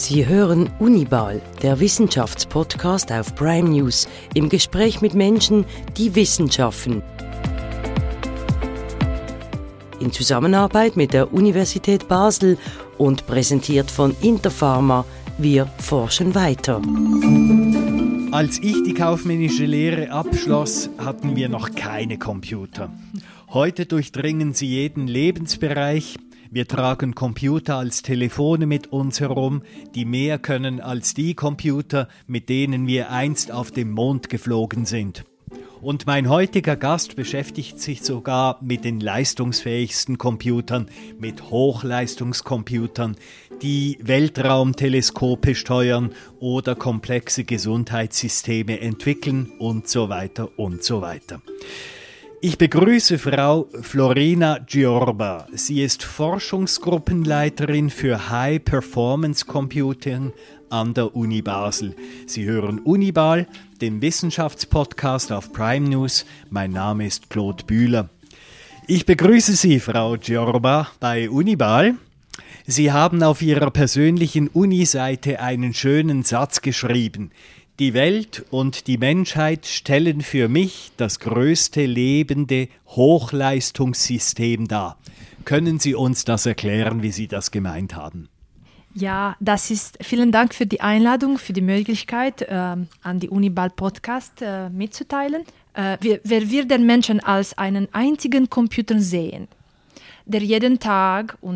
Sie hören Unibal, der Wissenschaftspodcast auf Prime News, im Gespräch mit Menschen, die Wissen schaffen. In Zusammenarbeit mit der Universität Basel und präsentiert von Interpharma. Wir forschen weiter. Als ich die kaufmännische Lehre abschloss, hatten wir noch keine Computer. Heute durchdringen sie jeden Lebensbereich. Wir tragen Computer als Telefone mit uns herum, die mehr können als die Computer, mit denen wir einst auf dem Mond geflogen sind. Und mein heutiger Gast beschäftigt sich sogar mit den leistungsfähigsten Computern, mit Hochleistungscomputern, die Weltraumteleskope steuern oder komplexe Gesundheitssysteme entwickeln und so weiter und so weiter. Ich begrüße Frau Florina Giorba. Sie ist Forschungsgruppenleiterin für High Performance Computing an der Uni Basel. Sie hören Unibal, den Wissenschaftspodcast auf Prime News. Mein Name ist Claude Bühler. Ich begrüße Sie, Frau Giorba, bei Unibal. Sie haben auf Ihrer persönlichen Uni-Seite einen schönen Satz geschrieben. Die Welt und die Menschheit stellen für mich das größte lebende Hochleistungssystem dar. Können Sie uns das erklären, wie Sie das gemeint haben? Ja, vielen Dank für die Einladung, für die Möglichkeit, an die Unibal Podcast mitzuteilen. Wir den Menschen als einen einzigen Computer sehen, der jeden Tag und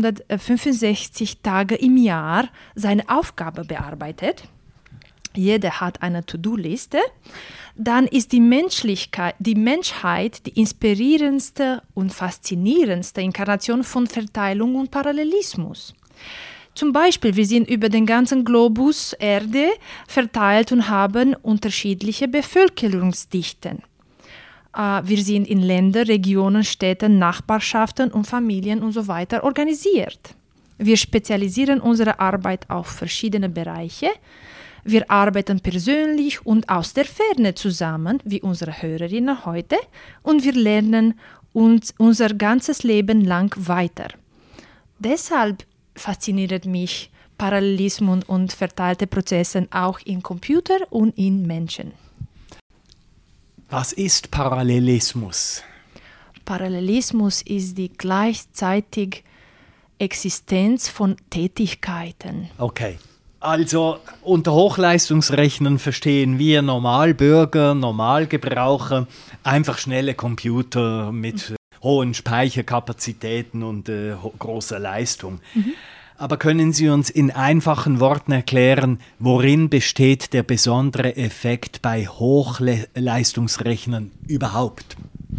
365 Tage im Jahr seine Aufgabe bearbeitet. Jeder hat eine To-Do-Liste. Dann ist die Menschheit die inspirierendste und faszinierendste Inkarnation von Verteilung und Parallelismus. Zum Beispiel, wir sind über den ganzen Globus Erde verteilt und haben unterschiedliche Bevölkerungsdichten. Wir sind in Ländern, Regionen, Städten, Nachbarschaften und Familien und so weiter organisiert. Wir spezialisieren unsere Arbeit auf verschiedene Bereiche. Wir arbeiten persönlich und aus der Ferne zusammen, wie unsere Hörerinnen heute, und wir lernen uns unser ganzes Leben lang weiter. Deshalb fasziniert mich Parallelismus und verteilte Prozesse auch in Computer und in Menschen. Was ist Parallelismus? Parallelismus ist die gleichzeitige Existenz von Tätigkeiten. Okay. Also unter Hochleistungsrechnern verstehen wir Normalbürger, Normalgebraucher, einfach schnelle Computer mit hohen Speicherkapazitäten und großer Leistung. Aber können Sie uns in einfachen Worten erklären, worin besteht der besondere Effekt bei Hochleistungsrechnern überhaupt?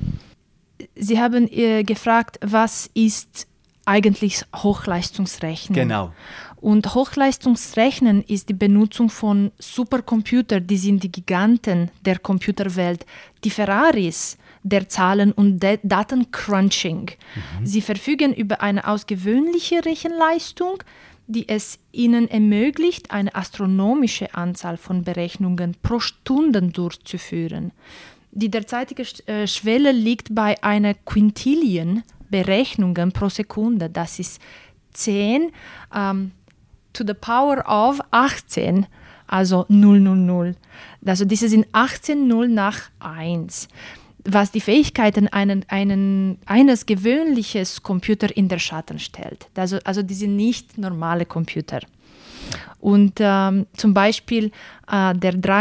Sie haben gefragt, was ist eigentlich Hochleistungsrechnen? Genau. Und Hochleistungsrechnen ist die Benutzung von Supercomputern, die sind die Giganten der Computerwelt, die Ferraris der Zahlen- und Datencrunching. Sie verfügen über eine außergewöhnliche Rechenleistung, die es ihnen ermöglicht, eine astronomische Anzahl von Berechnungen pro Stunde durchzuführen. Die derzeitige Schwelle liegt bei einer Quintillion Berechnungen pro Sekunde. Das ist 10 to the power of 18, also 000. Also diese sind 18 0 nach 1, was die Fähigkeiten eines gewöhnlichen Computers in der Schatten stellt. Also die sind nicht normale Computer. Und zum Beispiel der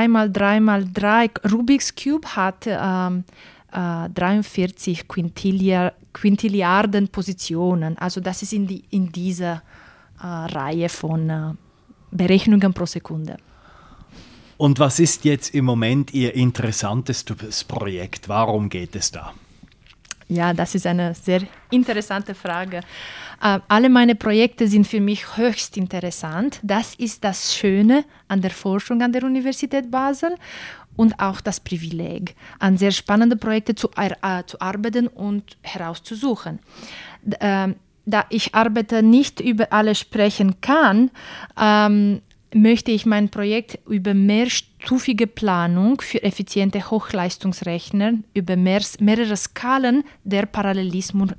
3x3x3 Rubik's Cube hat 43 Quintilliarden Positionen. Also das ist in dieser Reihe von Berechnungen pro Sekunde. Und was ist jetzt im Moment Ihr interessantestes Projekt? Warum geht es da? Ja, das ist eine sehr interessante Frage. Alle meine Projekte sind für mich höchst interessant. Das ist das Schöne an der Forschung an der Universität Basel und auch das Privileg, an sehr spannende Projekte zu arbeiten und herauszusuchen. Da ich Arbeiter nicht über alle sprechen kann, möchte ich mein Projekt über mehrstufige Planung für effiziente Hochleistungsrechner über mehrere Skalen der Parallelismus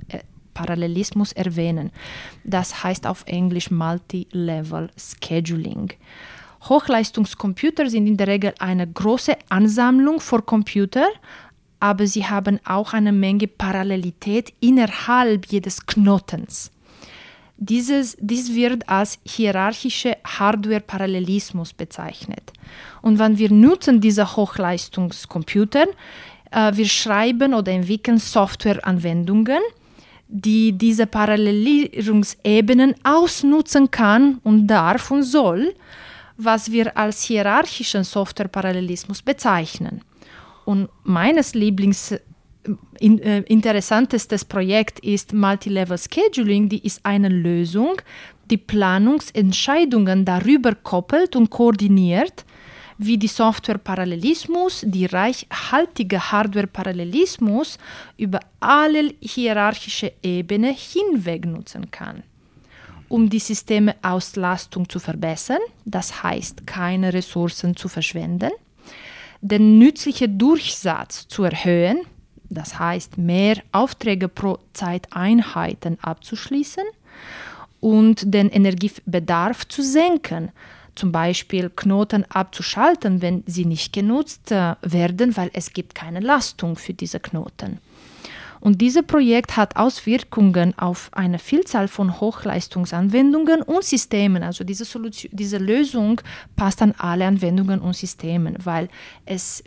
Parallelismus erwähnen. Das heißt auf Englisch Multi-Level Scheduling. Hochleistungscomputer sind in der Regel eine große Ansammlung von Computern, aber sie haben auch eine Menge Parallelität innerhalb jedes Knotens. Dies wird als hierarchischer Hardware-Parallelismus bezeichnet. Und wenn wir nutzen diese Hochleistungscomputer, wir schreiben oder entwickeln Softwareanwendungen, die diese Parallelisierungsebenen ausnutzen kann und darf und soll, was wir als hierarchischen Softwareparallelismus bezeichnen. Und meines interessantestes Projekt ist Multilevel Scheduling. Die ist eine Lösung, die Planungsentscheidungen darüber koppelt und koordiniert, wie die Softwareparallelismus, die reichhaltige Hardwareparallelismus über alle hierarchische Ebenen hinweg nutzen kann. Um die Systemeauslastung zu verbessern, das heißt, keine Ressourcen zu verschwenden, den nützlichen Durchsatz zu erhöhen, das heißt, mehr Aufträge pro Zeiteinheiten abzuschließen und den Energiebedarf zu senken, zum Beispiel Knoten abzuschalten, wenn sie nicht genutzt werden, weil es gibt keine Lastung für diese Knoten. Und dieses Projekt hat Auswirkungen auf eine Vielzahl von Hochleistungsanwendungen und Systemen. Also diese Lösung passt an alle Anwendungen und Systemen, weil es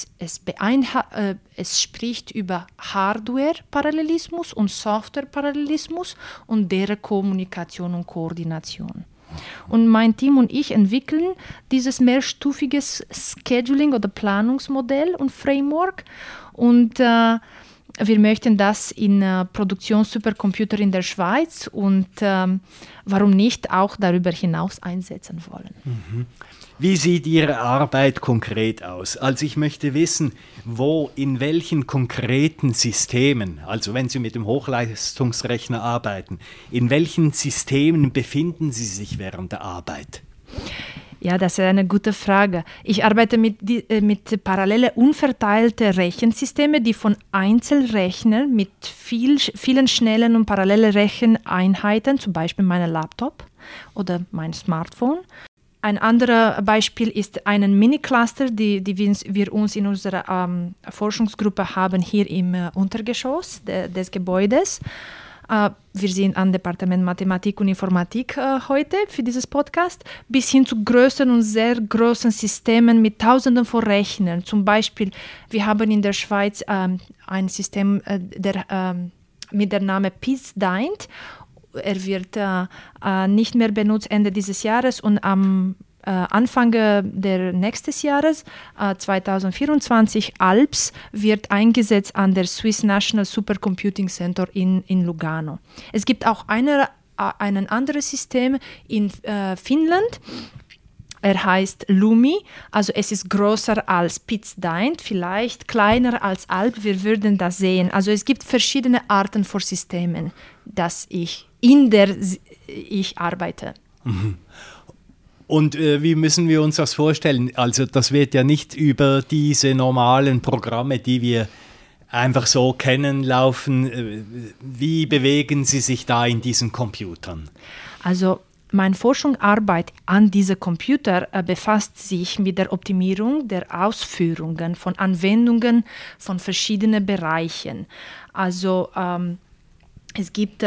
spricht über Hardware-Parallelismus und Software-Parallelismus und deren Kommunikation und Koordination. Und mein Team und ich entwickeln dieses mehrstufige Scheduling- oder Planungsmodell und Framework und wir möchten das in Produktionssupercomputer in der Schweiz und warum nicht auch darüber hinaus einsetzen wollen. Wie sieht Ihre Arbeit konkret aus? Also ich möchte wissen, in welchen konkreten Systemen, also wenn Sie mit dem Hochleistungsrechner arbeiten, in welchen Systemen befinden Sie sich während der Arbeit? Ja, das ist eine gute Frage. Ich arbeite mit parallele unverteilte Rechensystemen, die von Einzelrechnern mit vielen schnellen und parallelen Recheneinheiten, zum Beispiel mein Laptop oder mein Smartphone. Ein anderes Beispiel ist ein Mini-Cluster, die wir uns in unserer Forschungsgruppe haben, hier im Untergeschoss des Gebäudes. Wir sind am Departement Mathematik und Informatik heute für dieses Podcast, bis hin zu größeren und sehr großen Systemen mit Tausenden von Rechnern. Zum Beispiel, wir haben in der Schweiz ein System mit dem Namen PIZDYNT. Er wird nicht mehr benutzt Ende dieses Jahres und am Anfang der nächsten Jahres, 2024, ALPS, wird eingesetzt an der Swiss National Supercomputing Center in Lugano. Es gibt auch ein anderes System in Finnland. Er heißt Lumi, also es ist größer als PIZDYNT, vielleicht kleiner als ALP, wir würden das sehen. Also es gibt verschiedene Arten von Systemen, in der ich arbeite. Und wie müssen wir uns das vorstellen? Also das wird ja nicht über diese normalen Programme, die wir einfach so kennen, laufen. Wie bewegen Sie sich da in diesen Computern? Also meine Forschungsarbeit an diesem Computer befasst sich mit der Optimierung der Ausführungen von Anwendungen von verschiedenen Bereichen. Also es gibt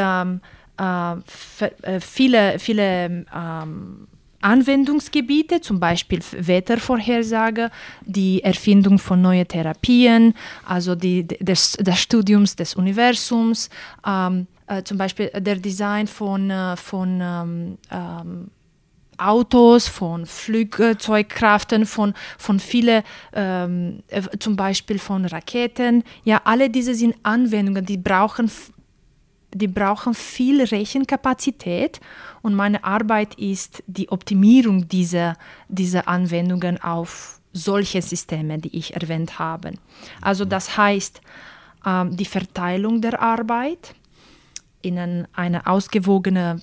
viele Anwendungsgebiete, zum Beispiel Wettervorhersage, die Erfindung von neuen Therapien, also des Studiums des Universums, zum Beispiel der Design von Autos, von Flugzeugkraften, von vielen, zum Beispiel von Raketen. Ja, alle diese sind Anwendungen, die brauchen viel Rechenkapazität und meine Arbeit ist die Optimierung dieser Anwendungen auf solche Systeme, die ich erwähnt habe. Also das heißt, die Verteilung der Arbeit in eine ausgewogene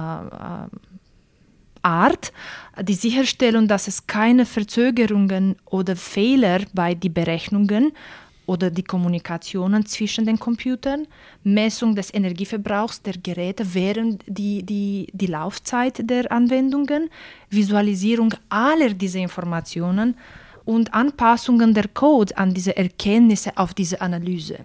Art, die Sicherstellung, dass es keine Verzögerungen oder Fehler bei den Berechnungen oder die Kommunikationen zwischen den Computern, Messung des Energieverbrauchs der Geräte während die Laufzeit der Anwendungen, Visualisierung aller dieser Informationen und Anpassungen der Codes an diese Erkenntnisse auf diese Analyse.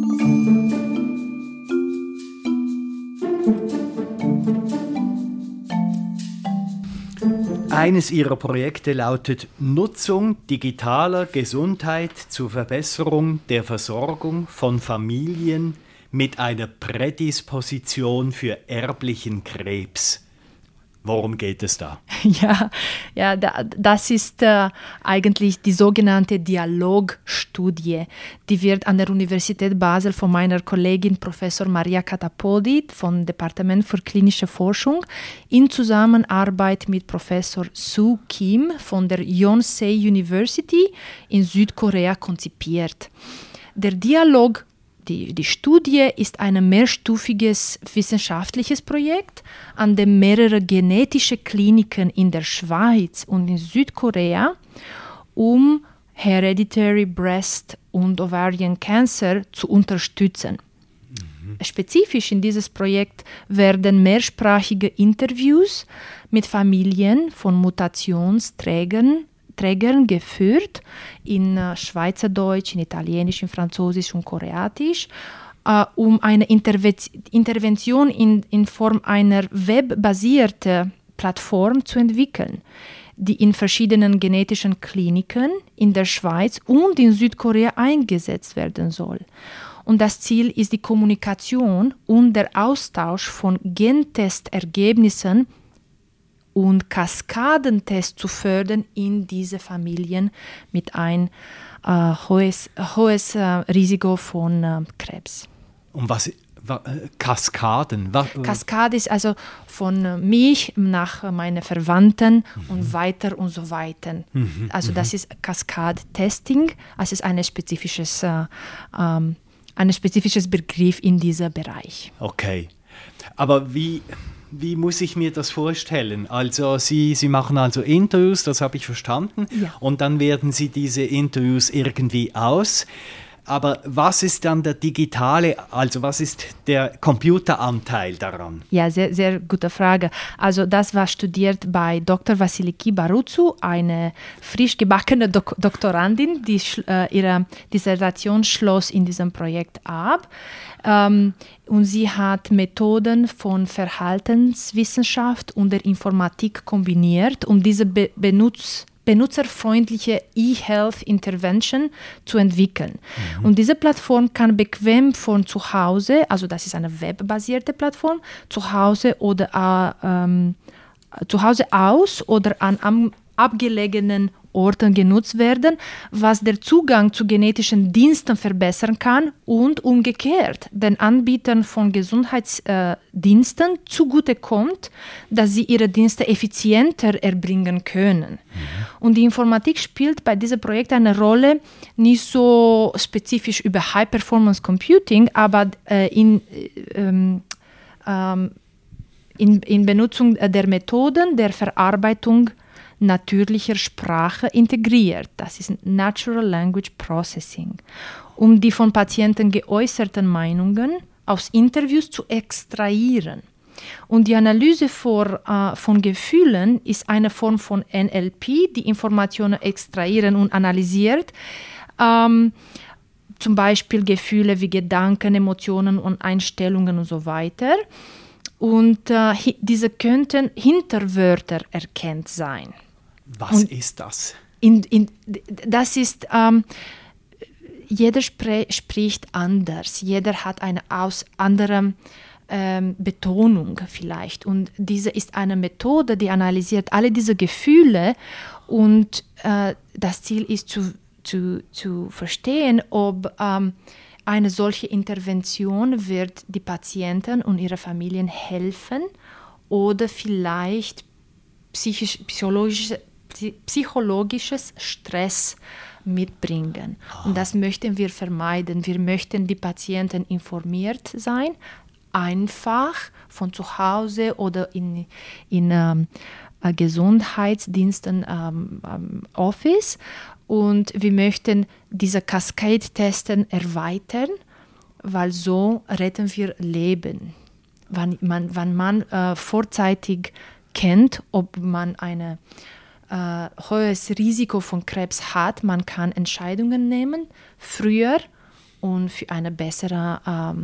Eines ihrer Projekte lautet Nutzung digitaler Gesundheit zur Verbesserung der Versorgung von Familien mit einer Prädisposition für erblichen Krebs. Worum geht es da? Das ist eigentlich die sogenannte Dialogstudie. Die wird an der Universität Basel von meiner Kollegin Professor Maria Catapodi vom Departement für klinische Forschung in Zusammenarbeit mit Professor Soo Kim von der Yonsei University in Südkorea konzipiert. Der Dialog Die Studie ist ein mehrstufiges wissenschaftliches Projekt, an dem mehrere genetische Kliniken in der Schweiz und in Südkorea Hereditary Breast und Ovarian Cancer zu unterstützen. Spezifisch in dieses Projekt werden mehrsprachige Interviews mit Familien von Mutationsträgern geführt, in Schweizerdeutsch, in Italienisch, in Französisch und Koreanisch, um eine Intervention in Form einer webbasierten Plattform zu entwickeln, die in verschiedenen genetischen Kliniken in der Schweiz und in Südkorea eingesetzt werden soll. Und das Ziel ist die Kommunikation und der Austausch von Gentestergebnissen und Kaskadentest zu fördern in diese Familien mit ein hohes Risiko von Krebs. Und was Kaskaden? Kaskade ist also von mich nach meine Verwandten und weiter und so weiter. Also das ist Kaskad-Testing. Also es ist ein spezifisches Begriff in diesem Bereich. Okay. Aber wie muss ich mir das vorstellen? Also Sie machen also Interviews, das habe ich verstanden, ja. Und dann werden Sie diese Interviews irgendwie aus. Aber was ist dann der digitale, also was ist der Computeranteil daran? Ja, sehr, sehr gute Frage. Also das war studiert bei Dr. Vasiliki Barutsu, eine frisch gebackene Doktorandin, die ihre Dissertation schloss in diesem Projekt ab. Und sie hat Methoden von Verhaltenswissenschaft und der Informatik kombiniert, um diese benutzerfreundliche E-Health Intervention zu entwickeln. Und diese Plattform kann bequem von zu Hause, also das ist eine webbasierte Plattform, zu Hause aus oder an abgelegenen Orten genutzt werden, was der Zugang zu genetischen Diensten verbessern kann und umgekehrt den Anbietern von Gesundheitsdiensten zugutekommt, dass sie ihre Dienste effizienter erbringen können. Und die Informatik spielt bei diesem Projekt eine Rolle, nicht so spezifisch über High-Performance Computing, aber in Benutzung der Methoden der Verarbeitung natürlicher Sprache integriert. Das ist Natural Language Processing, um die von Patienten geäußerten Meinungen aus Interviews zu extrahieren. Und die Analyse von Gefühlen ist eine Form von NLP, die Informationen extrahieren und analysiert. Zum Beispiel Gefühle wie Gedanken, Emotionen und Einstellungen und so weiter. Und diese könnten Hinterwörter erkannt sein. Was ist das? Das ist, jeder spricht anders, jeder hat eine andere Betonung vielleicht. Und diese ist eine Methode, die analysiert alle diese Gefühle und das Ziel ist zu verstehen, ob eine solche Intervention wird die Patienten und ihre Familien helfen oder vielleicht psychologisches Stress mitbringen. Und das möchten wir vermeiden. Wir möchten die Patienten informiert sein, einfach von zu Hause oder in Gesundheitsdiensten Office Und wir möchten diese Cascade-Testen erweitern, weil so retten wir Leben. Wenn man vorzeitig kennt, ob man ein hohes Risiko von Krebs hat, man kann Entscheidungen nehmen, früher und für eine bessere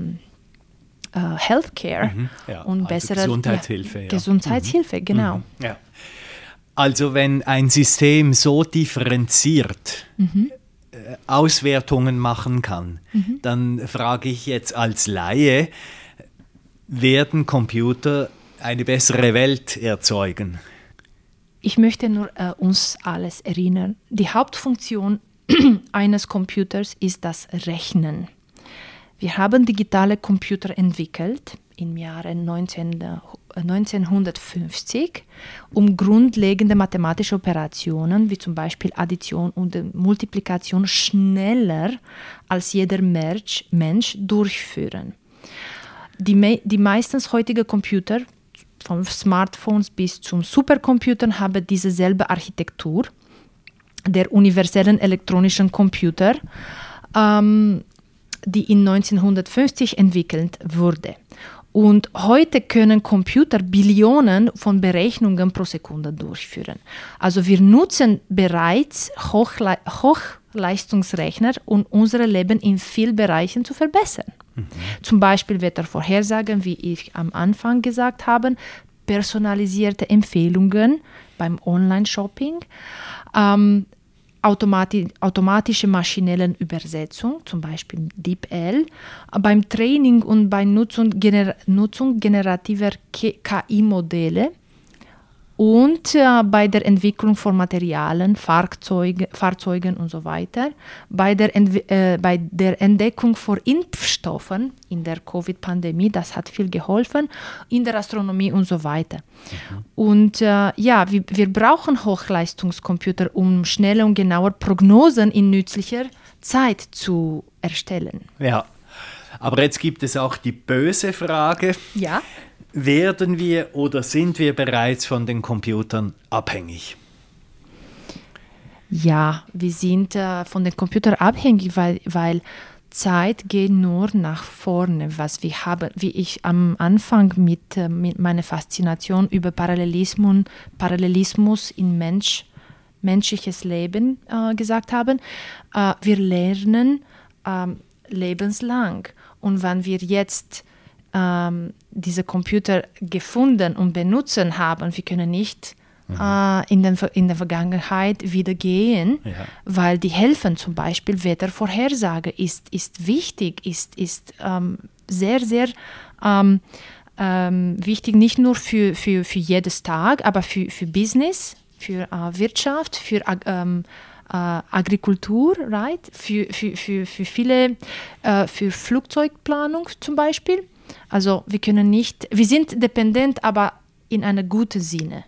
Healthcare und also bessere Gesundheitshilfe. Gesundheitshilfe, genau. Ja. Also wenn ein System so differenziert Auswertungen machen kann, dann frage ich jetzt als Laie, werden Computer eine bessere Welt erzeugen? Ich möchte nur uns alles erinnern. Die Hauptfunktion eines Computers ist das Rechnen. Wir haben digitale Computer entwickelt im Jahre 1950, um grundlegende mathematische Operationen wie zum Beispiel Addition und Multiplikation schneller als jeder Mensch durchführen. Die meistens heutigen Computer, von Smartphones bis zum Supercomputern, haben dieselbe Architektur der universellen elektronischen Computer, die in 1950 entwickelt wurde. Und heute können Computer Billionen von Berechnungen pro Sekunde durchführen. Also wir nutzen bereits Hochleistungsrechner, um unser Leben in vielen Bereichen zu verbessern. Zum Beispiel Wettervorhersagen, wie ich am Anfang gesagt habe, personalisierte Empfehlungen beim Online-Shopping, automatische maschinelle Übersetzung, zum Beispiel DeepL, beim Training und bei Nutzung generativer KI-Modelle und bei der Entwicklung von Materialien, Fahrzeugen und so weiter, bei der Entdeckung von Impfstoffen in der Covid-Pandemie, das hat viel geholfen, in der Astronomie und so weiter. Und wir brauchen Hochleistungscomputer, um schnelle und genaue Prognosen in nützlicher Zeit zu erstellen. Ja, aber jetzt gibt es auch die böse Frage. Ja. Werden wir oder sind wir bereits von den Computern abhängig? Ja, wir sind von den Computern abhängig, weil Zeit geht nur nach vorne. Was wir haben, wie ich am Anfang mit meiner Faszination über Parallelismus in menschliches Leben gesagt habe, wir lernen lebenslang. Und wenn wir jetzt diese Computer gefunden und benutzen haben, wir können nicht in der Vergangenheit wieder gehen, weil die helfen, zum Beispiel Wettervorhersage ist wichtig, ist sehr, sehr wichtig, nicht nur für jedes Tag, aber für Business, für Wirtschaft, für Agrikultur, right? Für viele, für Flugzeugplanung zum Beispiel. Also wir sind dependent, aber in einem guten Sinne.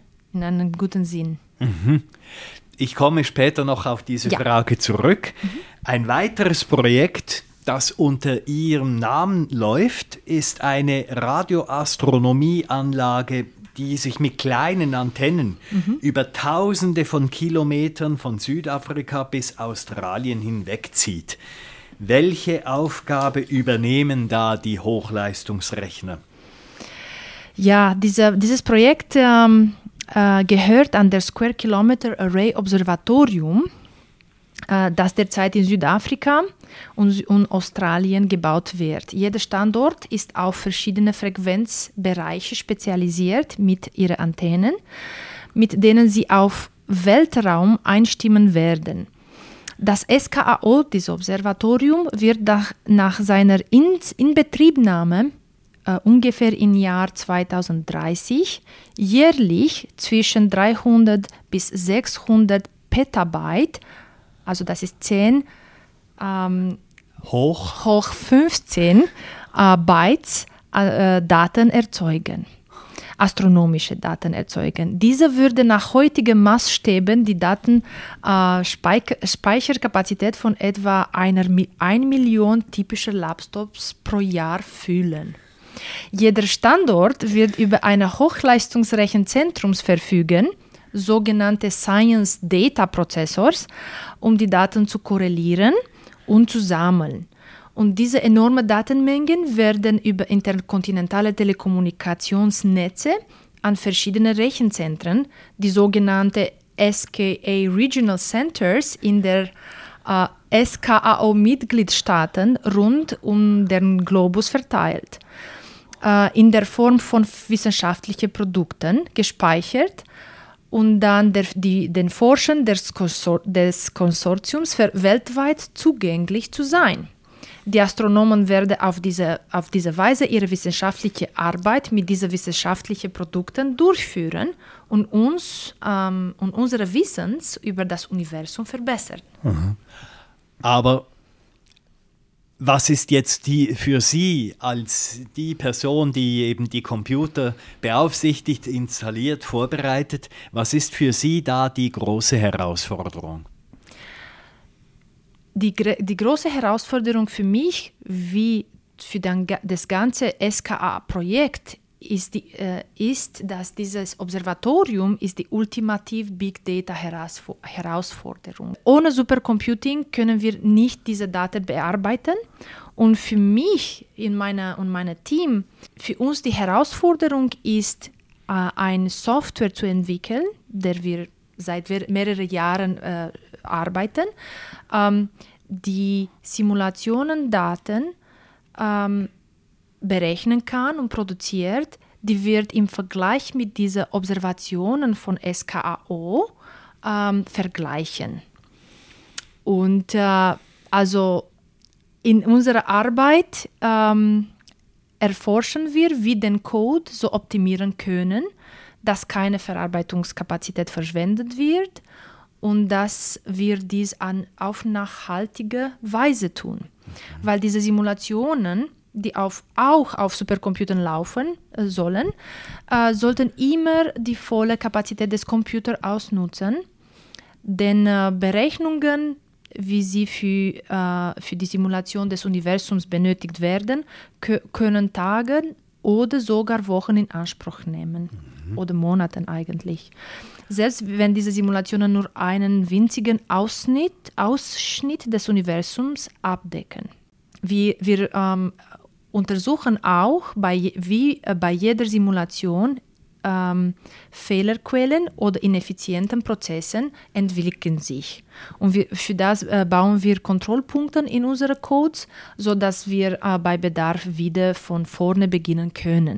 Ich komme später noch auf diese Frage zurück. Ein weiteres Projekt, das unter Ihrem Namen läuft, ist eine Radioastronomieanlage, die sich mit kleinen Antennen über Tausende von Kilometern von Südafrika bis Australien hinwegzieht. Welche Aufgabe übernehmen da die Hochleistungsrechner? Ja, dieses Projekt gehört an das Square Kilometer Array Observatorium, das derzeit in Südafrika und Australien gebaut wird. Jeder Standort ist auf verschiedene Frequenzbereiche spezialisiert mit ihren Antennen, mit denen sie auf Weltraum einstimmen werden. Das SKAO, dieses Observatorium, wird nach seiner Inbetriebnahme ungefähr im Jahr 2030 jährlich zwischen 300 bis 600 Petabyte, also das ist 10 hoch 15 Bytes Daten erzeugen. Astronomische Daten erzeugen. Diese würde nach heutigen Maßstäben die Datenspeicherkapazität von etwa 1 Million typischer Laptops pro Jahr füllen. Jeder Standort wird über ein Hochleistungsrechenzentrum verfügen, sogenannte Science Data Processors, um die Daten zu korrelieren und zu sammeln. Und diese enormen Datenmengen werden über interkontinentale Telekommunikationsnetze an verschiedene Rechenzentren, die sogenannte SKA Regional Centers in der SKAO-Mitgliedstaaten rund um den Globus verteilt, in der Form von wissenschaftlichen Produkten gespeichert und dann den Forschern des Konsortiums weltweit zugänglich zu sein. Die Astronomen werden auf diese Weise ihre wissenschaftliche Arbeit mit diesen wissenschaftlichen Produkten durchführen und uns und unsere Wissens über das Universum verbessern. Mhm. Aber was ist jetzt für Sie als die Person, die eben die Computer beaufsichtigt, installiert, vorbereitet, was ist für Sie da die große Herausforderung? Die große Herausforderung für mich, wie für das ganze SKA-Projekt, ist, dass dieses Observatorium ist die ultimative Big Data Herausforderung. Ohne Supercomputing können wir nicht diese Daten bearbeiten. Und für mich und mein Team, für uns die Herausforderung ist, eine Software zu entwickeln, der wir seit mehreren Jahren arbeiten, die Simulationen-Daten berechnen kann und produziert, die wird im Vergleich mit diesen Observationen von SKAO vergleichen. Und also in unserer Arbeit erforschen wir, wie den Code so optimieren können, dass keine Verarbeitungskapazität verschwendet wird und dass wir dies auf nachhaltige Weise tun. Weil diese Simulationen, die auch auf Supercomputern laufen sollen, sollten immer die volle Kapazität des Computers ausnutzen, denn Berechnungen, wie sie für die Simulation des Universums benötigt werden, können Tage oder sogar Wochen in Anspruch nehmen. Oder Monaten eigentlich. Selbst wenn diese Simulationen nur einen winzigen Ausschnitt des Universums abdecken. Wir untersuchen auch, wie bei jeder Simulation Fehlerquellen oder ineffizienten Prozessen entwickeln sich. Und für das bauen wir Kontrollpunkte in unsere Codes, sodass wir bei Bedarf wieder von vorne beginnen können.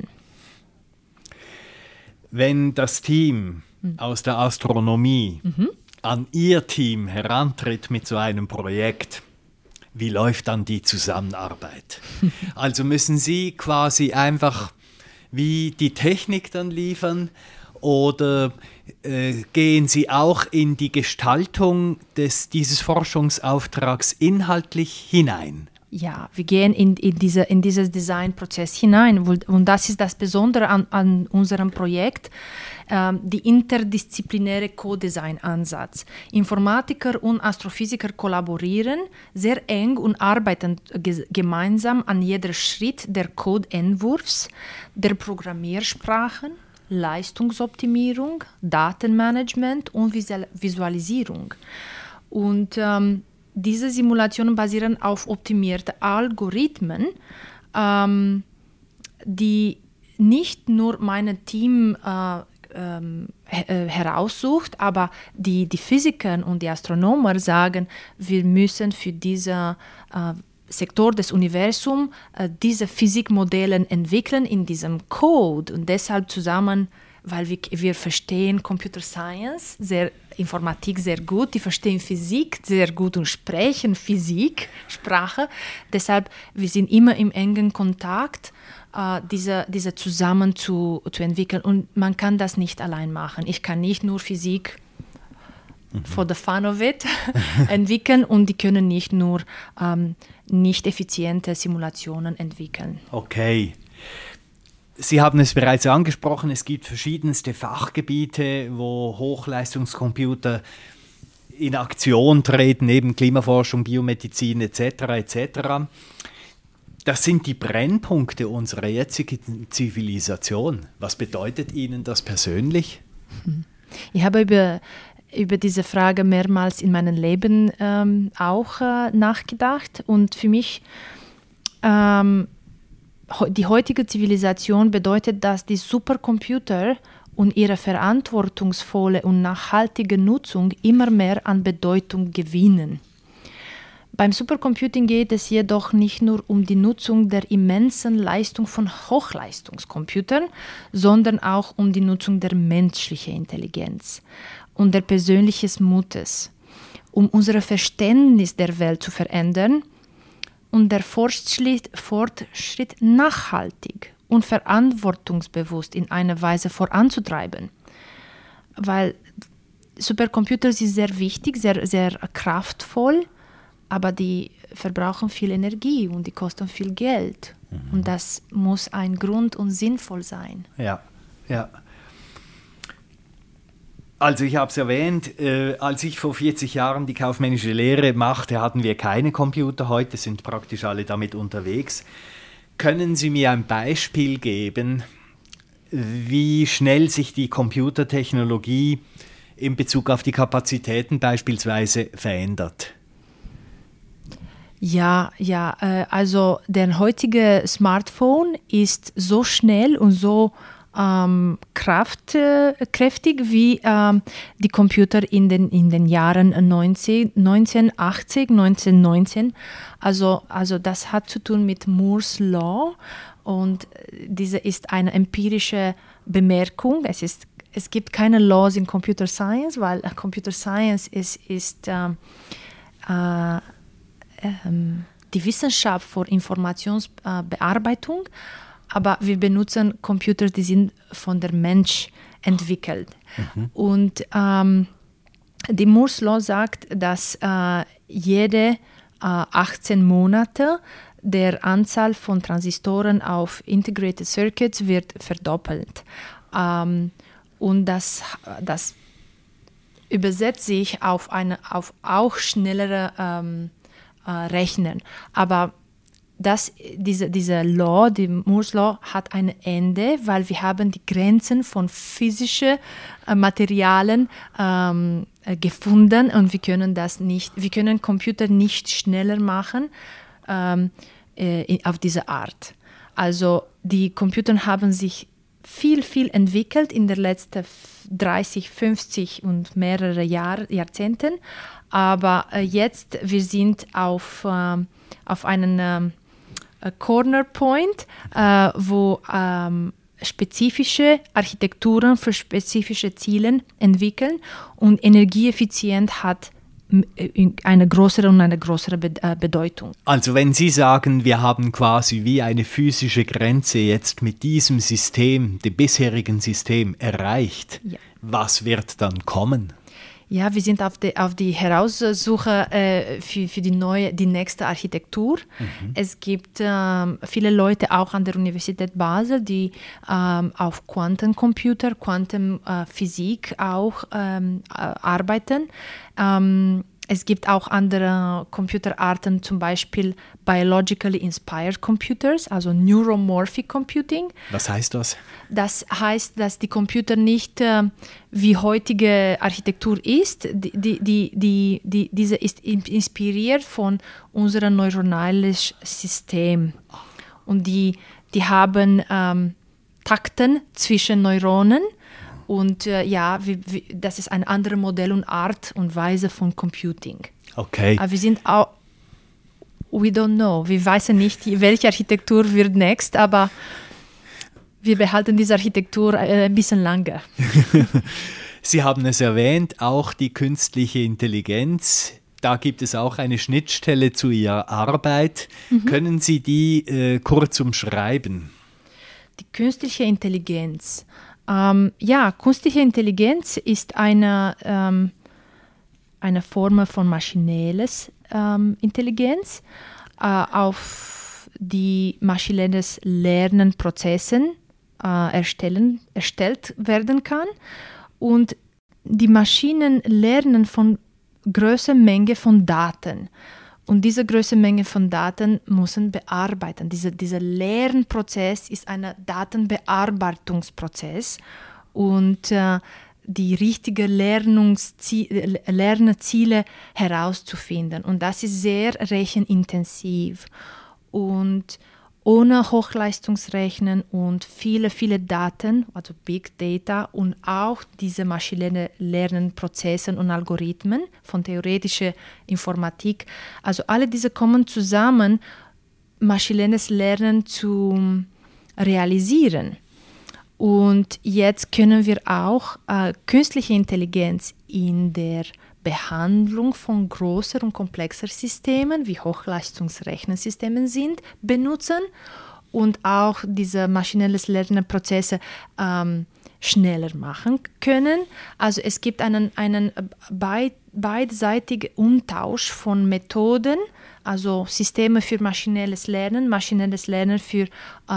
Wenn das Team aus der Astronomie an Ihr Team herantritt mit so einem Projekt, wie läuft dann die Zusammenarbeit? Also müssen Sie quasi einfach wie die Technik dann liefern oder gehen Sie auch in die Gestaltung dieses Forschungsauftrags inhaltlich hinein? Ja, wir gehen in dieses Designprozess hinein und das ist das Besondere an unserem Projekt, die interdisziplinäre Co-Design-Ansatz. Informatiker und Astrophysiker kollaborieren sehr eng und arbeiten gemeinsam an jedem Schritt der Codeentwurfs, der Programmiersprachen, Leistungsoptimierung, Datenmanagement und Visualisierung. Und diese Simulationen basieren auf optimierten Algorithmen, die nicht nur mein Team heraussucht, aber die Physiker und die Astronomen sagen, wir müssen für diesen Sektor des Universums diese Physikmodelle entwickeln in diesem Code und deshalb zusammen, weil wir verstehen Computer Science, Informatik sehr gut, die verstehen Physik sehr gut und sprechen Sprache. Deshalb, wir sind immer im engen Kontakt, diese zusammen zu entwickeln. Und man kann das nicht allein machen. Ich kann nicht nur Physik for the fun of it entwickeln und die können nicht nur nicht effiziente Simulationen entwickeln. Okay. Sie haben es bereits angesprochen, es gibt verschiedenste Fachgebiete, wo Hochleistungscomputer in Aktion treten, eben Klimaforschung, Biomedizin etc. etc. Das sind die Brennpunkte unserer jetzigen Zivilisation. Was bedeutet Ihnen das persönlich? Ich habe über diese Frage mehrmals in meinem Leben auch nachgedacht und für mich die heutige Zivilisation bedeutet, dass die Supercomputer und ihre verantwortungsvolle und nachhaltige Nutzung immer mehr an Bedeutung gewinnen. Beim Supercomputing geht es jedoch nicht nur um die Nutzung der immensen Leistung von Hochleistungscomputern, sondern auch um die Nutzung der menschlichen Intelligenz und der persönlichen Mutes, um unser Verständnis der Welt zu verändern und der Fortschritt nachhaltig und verantwortungsbewusst in einer Weise voranzutreiben. Weil Supercomputer sind sehr wichtig, sehr, sehr kraftvoll, aber die verbrauchen viel Energie und die kosten viel Geld. Und das muss ein Grund und sinnvoll sein. Ja, ja. Also ich habe es erwähnt, als ich vor 40 Jahren die kaufmännische Lehre machte, hatten wir keine Computer. Heute sind praktisch alle damit unterwegs. Können Sie mir ein Beispiel geben, wie schnell sich die Computertechnologie in Bezug auf die Kapazitäten beispielsweise verändert? Ja, also der heutige Smartphone ist so schnell und so kräftig wie die Computer in den Jahren 1980, 1919. Also das hat zu tun mit Moore's Law und diese ist eine empirische Bemerkung. Es gibt keine Laws in Computer Science, weil Computer Science ist die Wissenschaft für Informationsbearbeitung, aber wir benutzen Computer, die sind von der Mensch entwickelt. Und die Moore's Law sagt, dass jede 18 Monate der Anzahl von Transistoren auf Integrated Circuits wird verdoppelt. Und das übersetzt sich auf auch schnellere Rechnen. Aber diese Law, die Moore's Law, hat ein Ende, weil wir haben die Grenzen von physischen Materialien gefunden und wir können Computer nicht schneller machen auf diese Art. Also die Computer haben sich viel entwickelt in den letzten 30, 50 und mehrere Jahrzehnten, aber jetzt wir sind auf einen Corner Point, wo spezifische Architekturen für spezifische Ziele entwickeln und Energieeffizient hat eine größere Bedeutung. Also wenn Sie sagen, wir haben quasi wie eine physische Grenze jetzt mit diesem System, dem bisherigen System erreicht, ja. Was wird dann kommen? Ja, wir sind auf die Heraussuche für die nächste Architektur. Es gibt viele Leute auch an der Universität Basel, die auf Quantencomputer, Quantenphysik auch arbeiten. Es gibt auch andere Computerarten, zum Beispiel Biologically Inspired Computers, also Neuromorphic Computing. Was heißt das? Das heißt, dass die Computer nicht wie heutige Architektur ist. Diese ist inspiriert von unserem neuronalen System. Und die haben Takten zwischen Neuronen. Und das ist ein anderes Modell und Art und Weise von Computing. Okay. Aber wir sind auch, we don't know, wir wissen nicht, welche Architektur wird next, aber wir behalten diese Architektur ein bisschen lange. Sie haben es erwähnt, auch die künstliche Intelligenz. Da gibt es auch eine Schnittstelle zu Ihrer Arbeit. Können Sie die kurz umschreiben? Die künstliche Intelligenz. Künstliche Intelligenz ist eine Form von maschinelles Intelligenz auf die maschinelles Lernprozessen erstellt werden kann. Und die Maschinen lernen von großer Menge von Daten. Und diese große Menge von Daten müssen bearbeiten. Dieser Lernprozess ist ein Datenbearbeitungsprozess. Und die richtigen Lernziele herauszufinden. Und das ist sehr rechenintensiv. Und ohne Hochleistungsrechnen und viele, viele Daten, also Big Data und auch diese maschinelle Lernprozesse und Algorithmen von theoretischer Informatik, also alle diese kommen zusammen, maschinelles Lernen zu realisieren. Und jetzt können wir auch künstliche Intelligenz in der Behandlung von größeren und komplexeren Systemen, wie Hochleistungsrechensystemen sind, benutzen und auch diese maschinellen Lernprozesse schneller machen können. Also es gibt einen beidseitigen Umtausch von Methoden, also Systeme für maschinelles Lernen für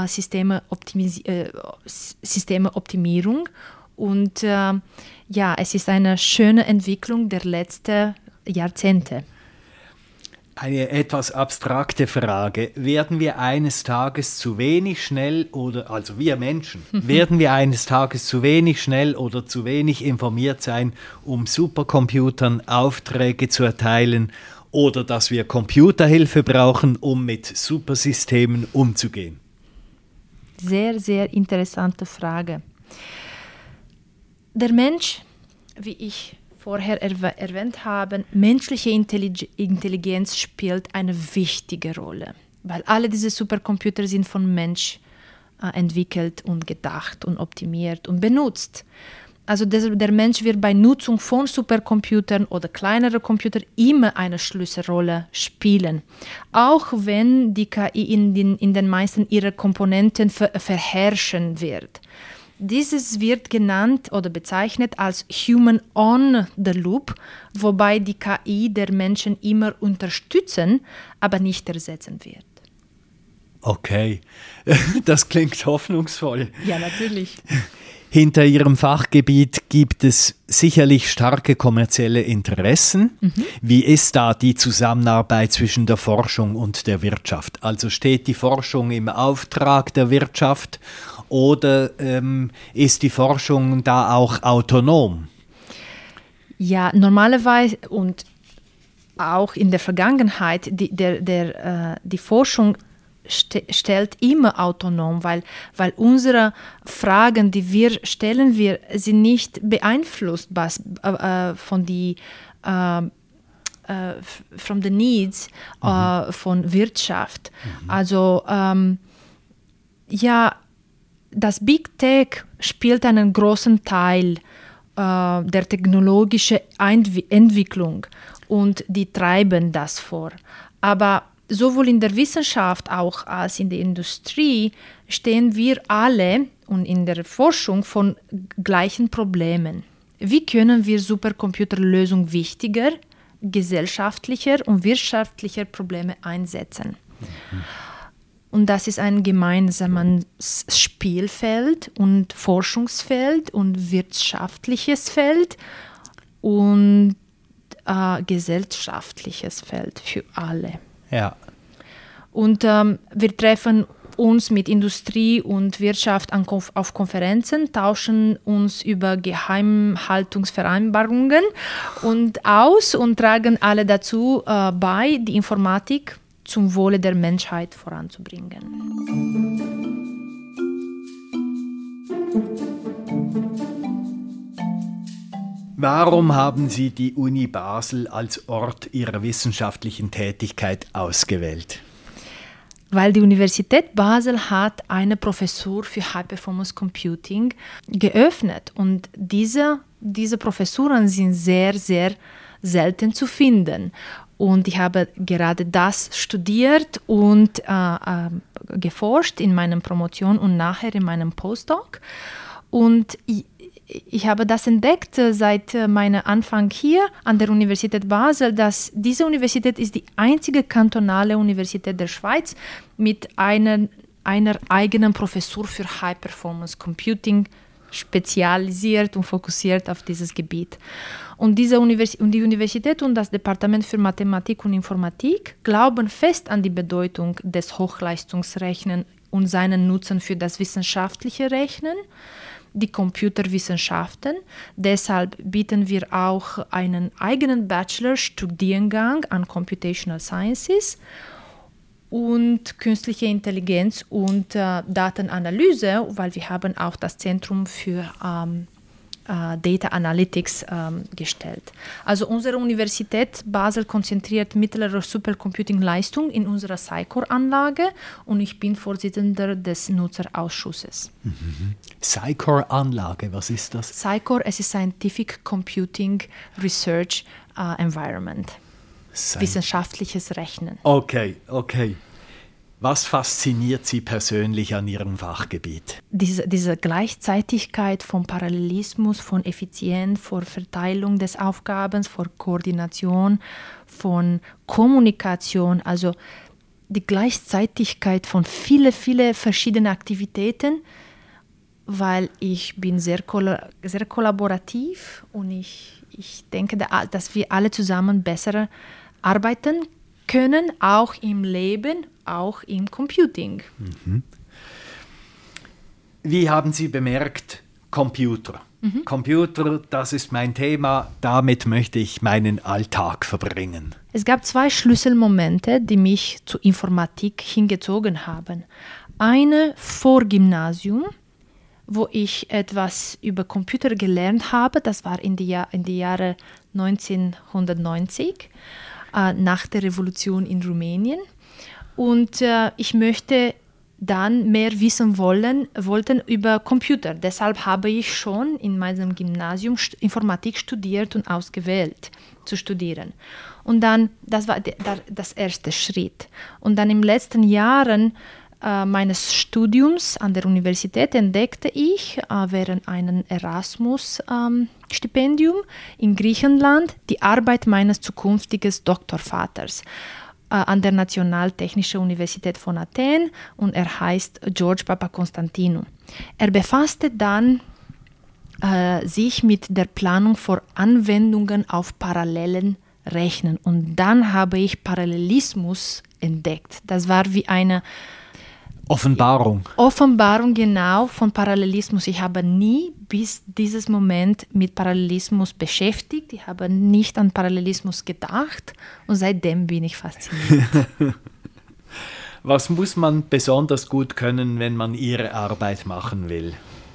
Systemeoptimierung. Und es ist eine schöne Entwicklung der letzten Jahrzehnte. Eine etwas abstrakte Frage. Werden wir eines Tages zu wenig schnell oder, also wir Menschen, werden wir eines Tages zu wenig schnell oder zu wenig informiert sein, um Supercomputern Aufträge zu erteilen, oder dass wir Computerhilfe brauchen, um mit Supersystemen umzugehen? Sehr, sehr interessante Frage. Der Mensch, wie ich vorher erwähnt habe, menschliche Intelligenz spielt eine wichtige Rolle, weil alle diese Supercomputer sind von Mensch entwickelt und gedacht und optimiert und benutzt. Also der Mensch wird bei Nutzung von Supercomputern oder kleineren Computern immer eine Schlüsselrolle spielen, auch wenn die KI in den meisten ihrer Komponenten verherrschen wird. Dieses wird genannt oder bezeichnet als Human on the Loop, wobei die KI der Menschen immer unterstützen, aber nicht ersetzen wird. Okay, das klingt hoffnungsvoll. Ja, natürlich. Hinter Ihrem Fachgebiet gibt es sicherlich starke kommerzielle Interessen. Wie ist da die Zusammenarbeit zwischen der Forschung und der Wirtschaft? Also steht die Forschung im Auftrag der Wirtschaft oder ist die Forschung da auch autonom? Ja, normalerweise und auch in der Vergangenheit, die Forschung stellt immer autonom, weil unsere Fragen, die wir stellen, sind nicht beeinflussbar von den Needs von Wirtschaft. Also das Big Tech spielt einen großen Teil der technologischen Entwicklung und die treiben das vor. Aber sowohl in der Wissenschaft auch als in der Industrie stehen wir alle und in der Forschung von gleichen Problemen. Wie können wir Supercomputerlösungen wichtiger, gesellschaftlicher und wirtschaftlicher Probleme einsetzen? Und das ist ein gemeinsames Spielfeld und Forschungsfeld und wirtschaftliches Feld und gesellschaftliches Feld für alle. Ja. Und wir treffen uns mit Industrie und Wirtschaft auf Konferenzen, tauschen uns über Geheimhaltungsvereinbarungen aus und tragen alle dazu bei, die Informatik zum Wohle der Menschheit voranzubringen. Warum haben Sie die Uni Basel als Ort Ihrer wissenschaftlichen Tätigkeit ausgewählt? Weil die Universität Basel hat eine Professur für High Performance Computing geöffnet und diese Professuren sind sehr, sehr selten zu finden. Und ich habe gerade das studiert und geforscht in meiner Promotion und nachher in meinem Postdoc. Und ich habe das entdeckt seit meinem Anfang hier an der Universität Basel, dass diese Universität ist die einzige kantonale Universität der Schweiz mit einer eigenen Professur für High Performance Computing, spezialisiert und fokussiert auf dieses Gebiet. Und die Universität und das Departement für Mathematik und Informatik glauben fest an die Bedeutung des Hochleistungsrechnens und seinen Nutzen für das wissenschaftliche Rechnen. die Computerwissenschaften. Deshalb bieten wir auch einen eigenen Bachelor-Studiengang an Computational Sciences und künstliche Intelligenz und Datenanalyse, weil wir haben auch das Zentrum für Data Analytics gestellt. Also unsere Universität Basel konzentriert mittlere Supercomputing-Leistung in unserer SciCore-Anlage und ich bin Vorsitzender des Nutzerausschusses. SciCore-Anlage, was ist das? SciCore, es ist Scientific Computing Research Environment. Wissenschaftliches Rechnen. Okay. Was fasziniert Sie persönlich an Ihrem Fachgebiet? Diese Gleichzeitigkeit von Parallelismus, von Effizienz, von Verteilung des Aufgabens, von Koordination, von Kommunikation, also die Gleichzeitigkeit von vielen verschiedenen Aktivitäten, weil ich bin sehr kollaborativ und ich denke, dass wir alle zusammen besser arbeiten können, auch im Leben, auch im Computing. Wie haben Sie bemerkt, Computer? Computer, das ist mein Thema, damit möchte ich meinen Alltag verbringen. Es gab 2 Schlüsselmomente, die mich zur Informatik hingezogen haben. Eine vor Gymnasium, wo ich etwas über Computer gelernt habe, das war in die Jahre 1990, nach der Revolution in Rumänien. Und ich möchte dann mehr wissen wollten über Computer. Deshalb habe ich schon in meinem Gymnasium Informatik studiert und ausgewählt zu studieren. Und dann, das war das erste Schritt. Und dann in den letzten Jahren meines Studiums an der Universität entdeckte ich während einem Erasmus-Stipendium in Griechenland die Arbeit meines zukünftigen Doktorvaters an der Nationaltechnischen Universität von Athen und er heißt George Papakonstantinou. Er befasste dann sich mit der Planung für Anwendungen auf parallelen Rechnen und dann habe ich Parallelismus entdeckt. Das war wie eine Offenbarung, genau, von Parallelismus. Ich habe nie bis dieses Moment mit Parallelismus beschäftigt. Ich habe nicht an Parallelismus gedacht und seitdem bin ich fasziniert. Was muss man besonders gut können, wenn man Ihre Arbeit machen will?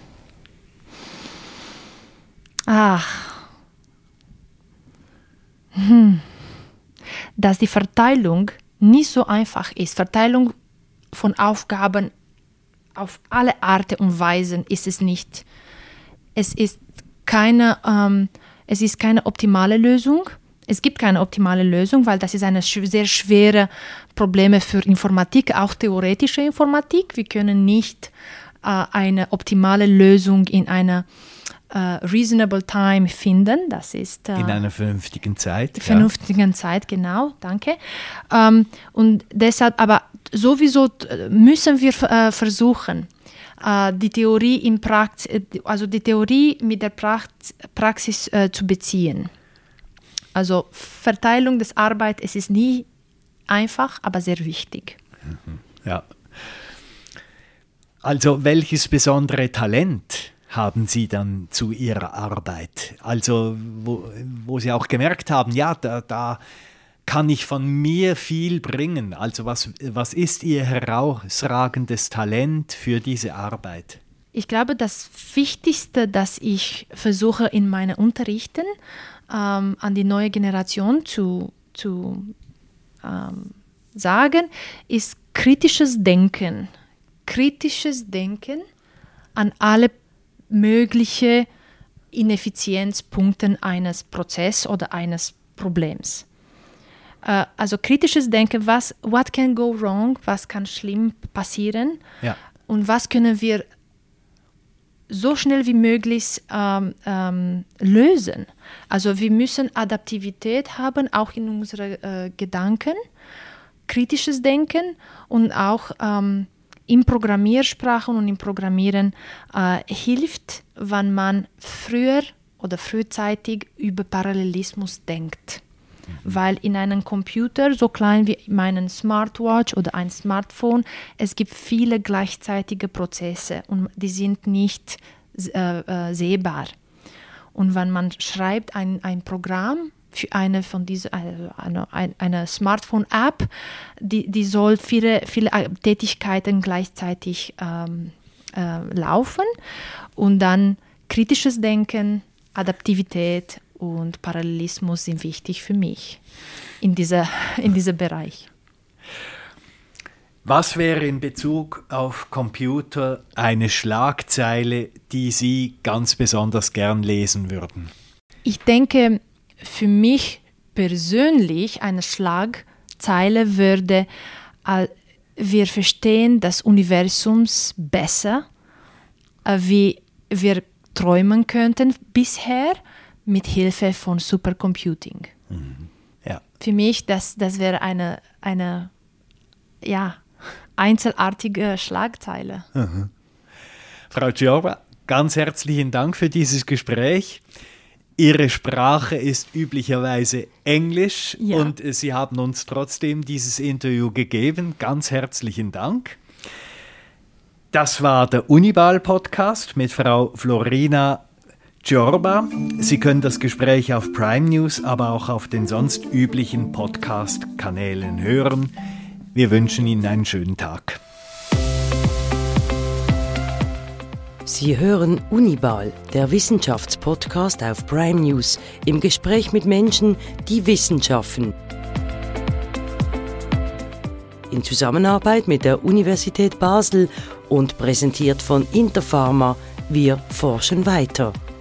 Dass die Verteilung nicht so einfach ist. Verteilung von Aufgaben auf alle Arten und Weisen ist es nicht. Es ist keine optimale Lösung. Es gibt keine optimale Lösung, weil das ist eine sehr schwere Probleme für Informatik, auch theoretische Informatik. Wir können nicht eine optimale Lösung in einer reasonable time finden. Das ist in einer vernünftigen Zeit. Zeit, genau, danke. Und deshalb, aber sowieso müssen wir versuchen, die Theorie die Theorie mit der Praxis zu beziehen. Also Verteilung des Arbeit, es ist nie einfach, aber sehr wichtig. Ja. Also welches besondere Talent haben Sie dann zu Ihrer Arbeit? Also wo Sie auch gemerkt haben, ja, da kann ich von mir viel bringen. Also was ist Ihr herausragendes Talent für diese Arbeit? Ich glaube, das Wichtigste, das ich versuche in meinen Unterrichten an die neue Generation zu sagen, ist kritisches Denken. Kritisches Denken an alle mögliche Ineffizienzpunkte eines Prozesses oder eines Problems. Also kritisches Denken, what can go wrong, was kann schlimm passieren und was können wir so schnell wie möglich lösen. Also wir müssen Adaptivität haben, auch in unseren Gedanken, kritisches Denken und auch in Programmiersprachen und im Programmieren hilft, wenn man früher oder frühzeitig über Parallelismus denkt. Weil in einem Computer, so klein wie meinen Smartwatch oder ein Smartphone, es gibt viele gleichzeitige Prozesse und die sind nicht sehbar. Und wenn man schreibt ein Programm für eine von diesen, eine Smartphone-App, die soll viele Tätigkeiten gleichzeitig laufen und dann kritisches Denken, Adaptivität und Parallelismus sind wichtig für mich in diesem Bereich. Was wäre in Bezug auf Computer eine Schlagzeile, die Sie ganz besonders gern lesen würden? Ich denke, für mich persönlich eine Schlagzeile würde, wir verstehen das Universum besser, wie wir träumen könnten bisher mit Hilfe von Supercomputing. Mhm. Ja. Für mich, das wäre eine einzelartige Schlagzeile. Mhm. Frau Giorba, ganz herzlichen Dank für dieses Gespräch. Ihre Sprache ist üblicherweise Englisch und Sie haben uns trotzdem dieses Interview gegeben. Ganz herzlichen Dank. Das war der Unibal-Podcast mit Frau Florina Giorba. Sie können das Gespräch auf Prime News, aber auch auf den sonst üblichen Podcast-Kanälen hören. Wir wünschen Ihnen einen schönen Tag. Sie hören Unibal, der Wissenschaftspodcast auf Prime News, im Gespräch mit Menschen, die Wissenschaften. In Zusammenarbeit mit der Universität Basel und präsentiert von Interpharma. Wir forschen weiter.